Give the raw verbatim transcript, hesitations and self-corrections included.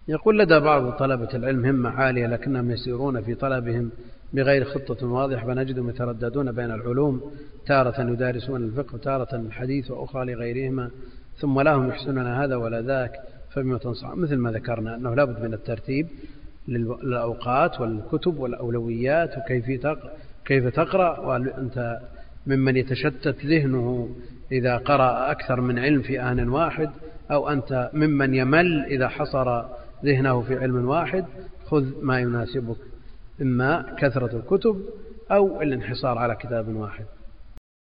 يقول لدى بعض طلبة العلم همة عالية لكنهم يسيرون في طلبهم بغير خطة واضحة، فنجدهم يترددون بين العلوم، تارة يدارسون الفقه وتارة الحديث وأخرى لغيرهما، ثم لهم يحسنون هذا ولا ذاك، فبما تنصح؟ مثل ما ذكرنا أنه لابد من الترتيب للأوقات والكتب والأولويات وكيف تقرأ. وأنت ممن يتشتت ذهنه إذا قرأ أكثر من علم في آن واحد، أو أنت ممن يمل إذا حصر ذهنه في علم واحد؟ خذ ما يناسبك، إما كثرة الكتب أو الانحصار على كتاب واحد.